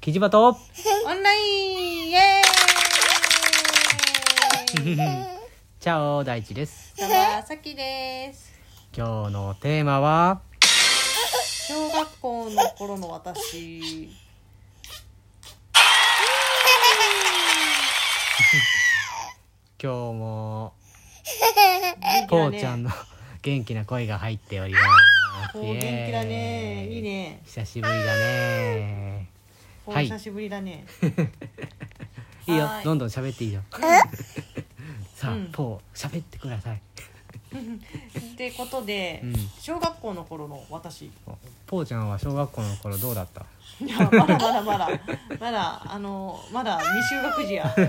キジバトオンラインイエーイチャオ大地です。 川崎です。 今日のテーマは小学校の頃の私今日もポーちゃんの元気な声が入っております。 元気だね。いいね。 久しぶりだね。 はい、久しぶりだね。 いいよ、どんどん喋っていいよ。さあ、ポー喋ってください。 ってことで、小学校の頃の私。 ポーちゃんは小学校の頃どうだった？ いや、まだまだ未就学児や。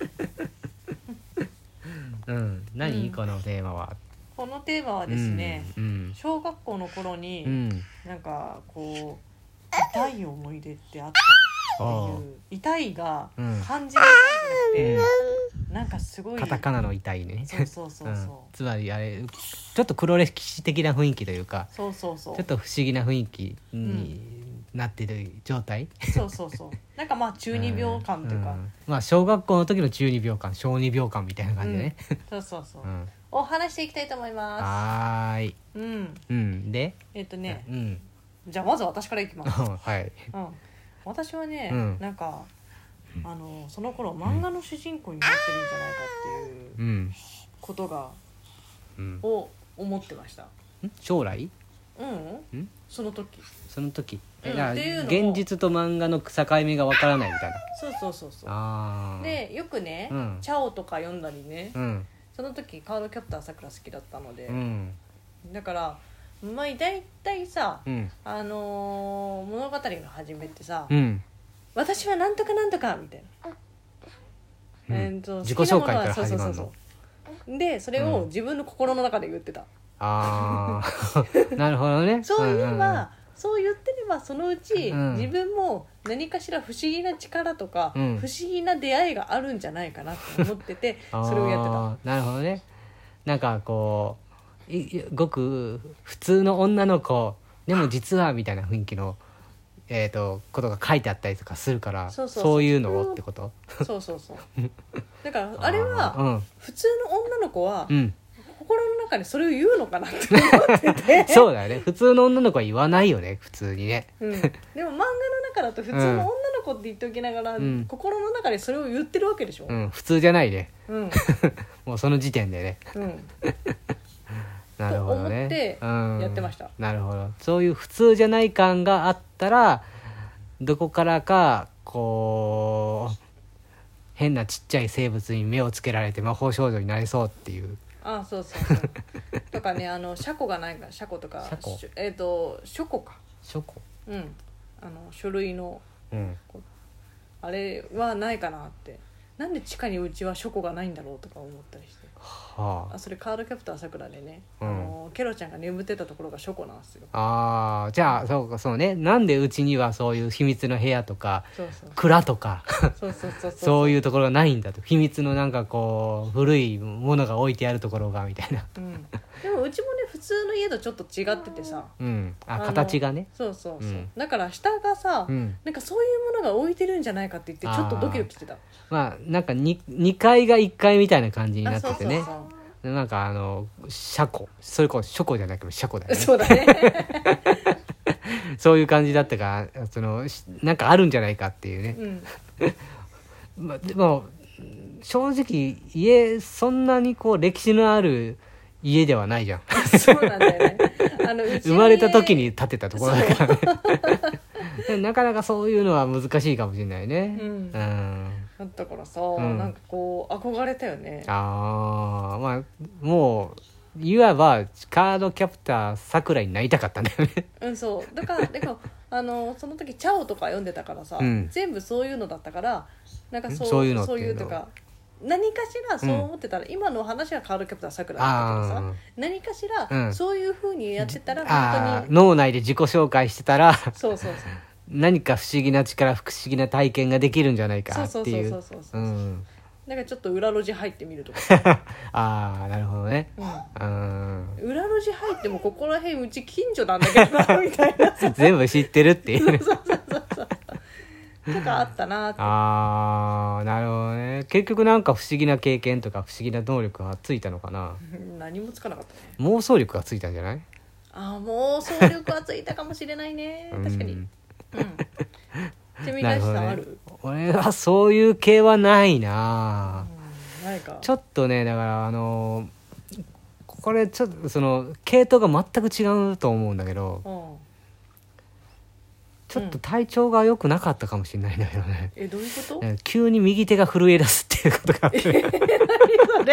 何、このテーマは？ このテーマはですね、小学校の頃に、なんかこう痛い思い出ってあったっていう、痛いが漢字の痛いじゃなくて、なんかすごいカタカナの痛いね。 そう、 つまりあれちょっと黒歴史的な雰囲気というか、 そうちょっと不思議な雰囲気になってる状態。 そうなんかまあ中二病感というか、 まあ小学校の時の中二病感、小二病感みたいな感じでね。 そう、を話していきたいと思います。 はーい。でじゃあまず私からいきます。 はい。 私はね、なんかその頃漫画の主人公になってるんじゃないかっていうことが、を思ってました。 将来？ その時現実と漫画の境目がわからないみたいな。 そうで、よくね、チャオとか読んだりね、その時カードキャプターさくら好きだったので、だからまあ大体さ、物語が始めてさ、私はなんとかなんとかみたいな、 自己紹介から始まるの。 でそれを自分の心の中で言ってた。 なるほどね。 そう言ってればそのうち、自分も何かしら不思議な力とか、不思議な出会いがあるんじゃないかなと思っててそれをやってた。 なるほどね。なんかこうごく普通の女の子でも実はみたいな雰囲気のことが書いてあったりとかするから、そういうのをってこと？ そうだからあれは普通の女の子は、心の中でそれを言うのかなって思っててそうだよね。普通の女の子は言わないよね、普通にね。 でも漫画の中だと普通の女の子って言っておきながら、心の中でそれを言ってるわけでしょ。 普通じゃないね。もうその時点でね。なるほどね。 と思ってやってました。 なるほど。そういう普通じゃない感があったら、どこからかこう変なちっちゃい生物に目をつけられて魔法少女になりそうっていう。 そうとかね、車庫がないから、車庫とか書庫か、 書庫、 書類の、あれはないかなって。なんで地下にうちは書庫がないんだろうとか思ったりして、それカードキャプターさくらでね、ケロちゃんが眠ってたところが書庫なんですよ。 じゃあそうね。なんでうちにはそういう秘密の部屋とか蔵とかそういうところがないんだと。秘密のなんかこう古いものが置いてあるところがみたいな。 でもうちもね、普通の家とちょっと違っててさ、 形がね。 だから下がさ、なんかそういうものが置いてるんじゃないかって言ってちょっとドキドキしてた。 まあなんか 2階が1階みたいな感じになっててね。なんか車庫、それこそ書庫じゃなくて車庫だよね。 そうだね。 そういう感じだったから、なんかあるんじゃないかっていうね。でも正直家そんなにこう歴史のある家ではないじゃん。 そうなんだよね。 生まれた時に建てたところだからね。なかなかそういうのは難しいかもしれないね。 だからさ、なんかこう憧れたよね。 まあもういわばカードキャプターさくらになりたかったんだよね。 そうだからその時チャオとか読んでたからさ、全部そういうのだったから、なんかそういうのっていうとか、何かしらそう思ってたら、今の話はカードキャプターさくらだったけどさ、何かしらそういう風にやってたら本当に脳内で自己紹介してたらそう何か不思議な力、不思議な体験ができるんじゃないかっていう。 だからちょっと裏路地入ってみるとか。 なるほどね。 裏路地入ってもここら辺うち近所なんだけどなみたいな。 全部知ってるっていう。 とかあったなって。 あー、なるほどね。結局なんか不思議な経験とか不思議な能力がついたのかな。 何もつかなかったね。 妄想力がついたんじゃない？ ああ、妄想力はついたかもしれないね。確かに。うん。ちみだしさんある？ 俺はそういう系はないな、 ないか。 ちょっとね、だからこれちょっとその系統が全く違うと思うんだけど、ちょっと体調が良くなかったかもしれないんだけどね。 どういうこと？ 急に右手が震え出すっていうことがあって、 何そ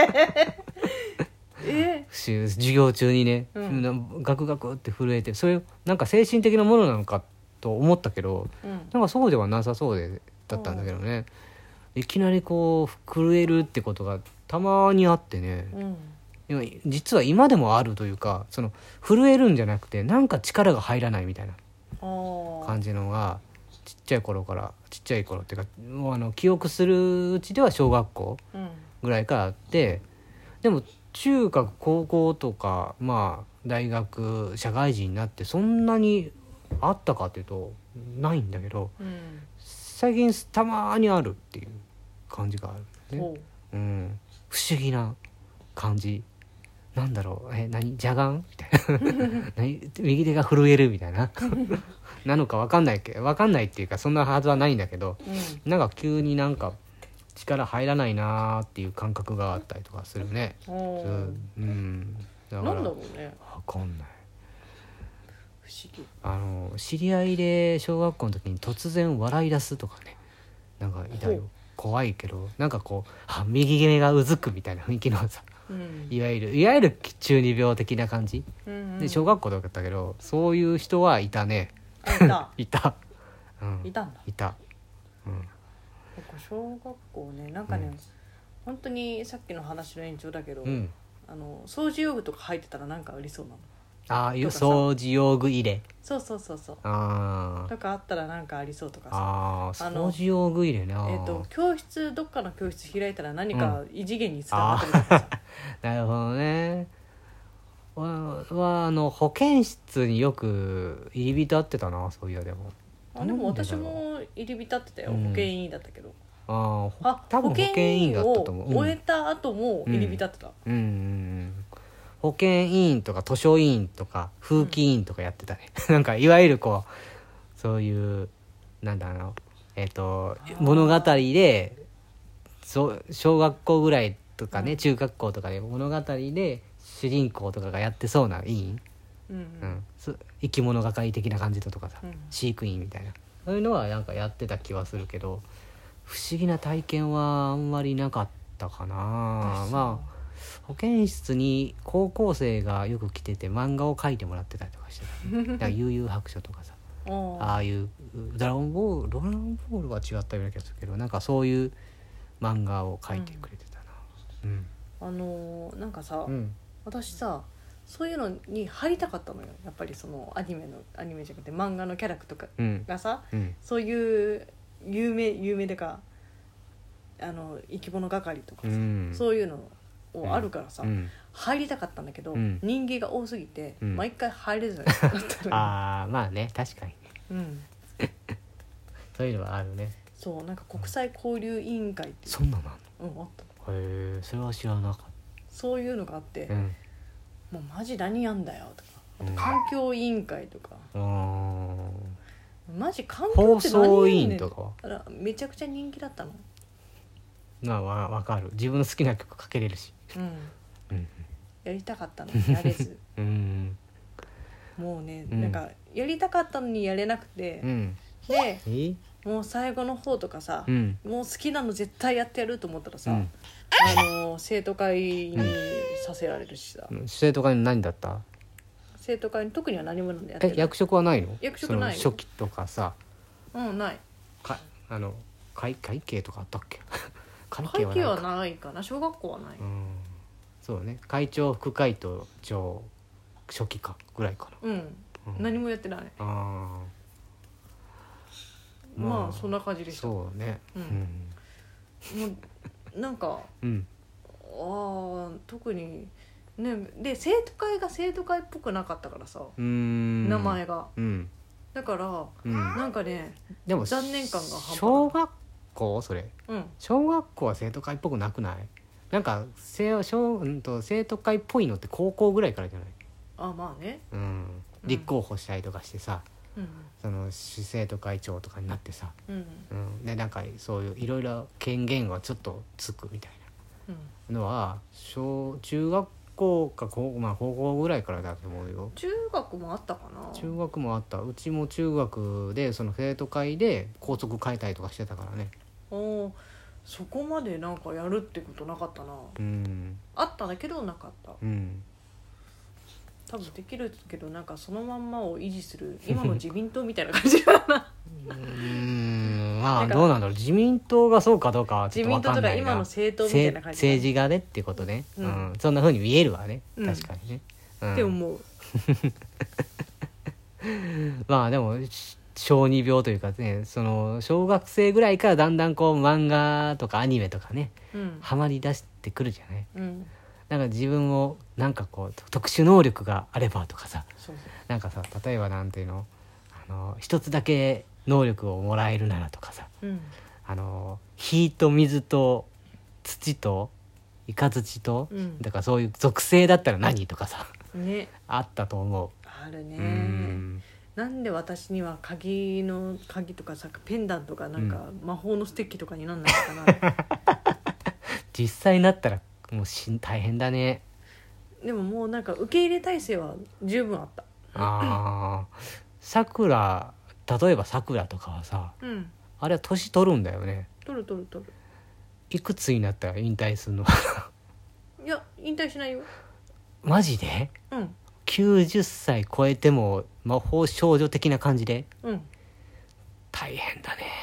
れ？ 授業中にね、ガクガクって震えて、それなんか精神的なものなのかと思ったけど、なんかそうではなさそうだったんだけどね。いきなりこう震えるってことがたまにあってね、実は今でもあるというか、その震えるんじゃなくてなんか力が入らないみたいな感じのがちっちゃい頃っていうか、もう記憶するうちでは小学校ぐらいからあって、でも中学高校とかまあ大学社会人になってそんなにあったかっていうとないんだけど、最近たまにあるっていう感じがあるね。不思議な感じなんだろう、邪眼みたいな右手が震えるみたいななのか分かんないっていうか、そんなはずはないんだけど、なんか急になんか力入らないなーっていう感覚があったりとかするね。だからなんだろうね、 分かんない。 不思議。 知り合いで小学校の時に突然笑い出すとかね、なんかいたよ。怖いけどなんかこう右目がうずくみたいな雰囲気のさ、いわゆる中二病的な感じ、で小学校だったけど、そういう人はいたね。いたいたんだ。 いた。 小学校ね、なんかね、本当にさっきの話の延長だけど、掃除用具とか入ってたらなんかありそうなの。 掃除用具入れ、 そうとかあったらなんかありそうとかさ。 掃除用具入れな。 教室、どっかの教室開いたら何か異次元に伝わってるとかさ。 なるほどね。保健室によく入り浸ってたな、そういや。でも私も入り浸ってたよ、保健委員だったけど。 多分保健委員だったと思う。 終えた後も入り浸ってた。 保健委員とか図書委員とか風紀委員とかやってたね。なんかいわゆるこうそういうなんだろう、物語で小学校ぐらいとかね、中学校とかで物語で主人公とかがやってそうな委員、生き物係的な感じとかさ、飼育員みたいな、そういうのはなんかやってた気はするけど、不思議な体験はあんまりなかったかな。まあ保健室に高校生がよく来てて漫画を描いてもらってたりとかしてた、ね、だから悠々白書とかさああいうドラゴンボールは違ったような気がするけど、なんかそういう漫画を描いてくれてたな。 なんかさ、私さそういうのに入りたかったのよ。やっぱりそのアニメじゃなくて漫画のキャラクターとかがさ、そういう有名でか生き物係とかさ、そういうのあるからさ、入りたかったんだけど、人間が多すぎて、毎回入れずになったのよ。 まあね、確かにね、そういうのはあるね。 そう、なんか国際交流委員会っていう、 そんなのあんの？あった。 へえ、それは知らなかった。 そういうのがあって、もうマジ何やんだよとか、あと環境委員会とか、マジ環境って何やんねん。放送委員とかはめちゃくちゃ人気だったの。 わかる。自分の好きな曲かけれるし、 やりたかったのにやれずもうね、なんかやりたかったのにやれなくて、でもう最後の方とかさ、もう好きなの絶対やってやると思ったらさ、生徒会にさせられるしさ。 生徒会の何だった？ 生徒会に特には何もやってない。 役職はないの？ 役職ないよ。 書記とかさ、 ない。 会計とかあったっけ？ 会計はないかな。小学校はない。 そうね、会長、副会長、書記かぐらいかな。 何もやってない。まあそんな感じでした。 そうね。 もうなんか、特にね、で生徒会が生徒会っぽくなかったからさ、名前が、 だから、なんかねでも残念感が小学校それ、 うん小学校は生徒会っぽくなくない？なんか生徒会っぽいのって高校ぐらいからじゃない？ あ、まあね、 立候補したりとかしてさ、 うん、 その市生徒会長とかになってさ、 うんでなんかそういういろいろ権限がちょっとつくみたいなのは中学校か高校ぐらいからだと思うよ。 中学もあったかな。 中学もあった。うちも中学でその生徒会で校則変えたりとかしてたからね。 そこまでなんかやるってことなかったな。あったんだけどなかった。多分できるけどなんかそのまんまを維持する今の自民党みたいな感じかな。 まあどうなんだろう、自民党がそうかどうかはちょっと分かんないな。 自民党とか今の政党みたいな感じ、 政治がねってことね、そんな風に見えるわね、確かにね、 って思う。 まあでも小児病というかね、その小学生ぐらいからだんだんこう漫画とかアニメとかね、ハマり出してくるじゃない、なんか自分をなんかこう特殊能力があればとかさ、なんかさ、例えばなんていうの、一つだけ能力をもらえるならとかさ、火と水と土とイカズチと、だからそういう属性だったら何とかさ、あったと思う。 あるね。なんで私には鍵とかさ、ペンダントがなんか魔法のステッキとかになんないのかな。 実際になったらもう大変だね。 でももうなんか受け入れ体制は十分あった。 さくら、例えばさくらとかはさ、あれは年取るんだよね。 取る。 いくつになったら引退するの？ いや引退しないよ。 マジで？90歳超えても魔法少女的な感じで、大変だね。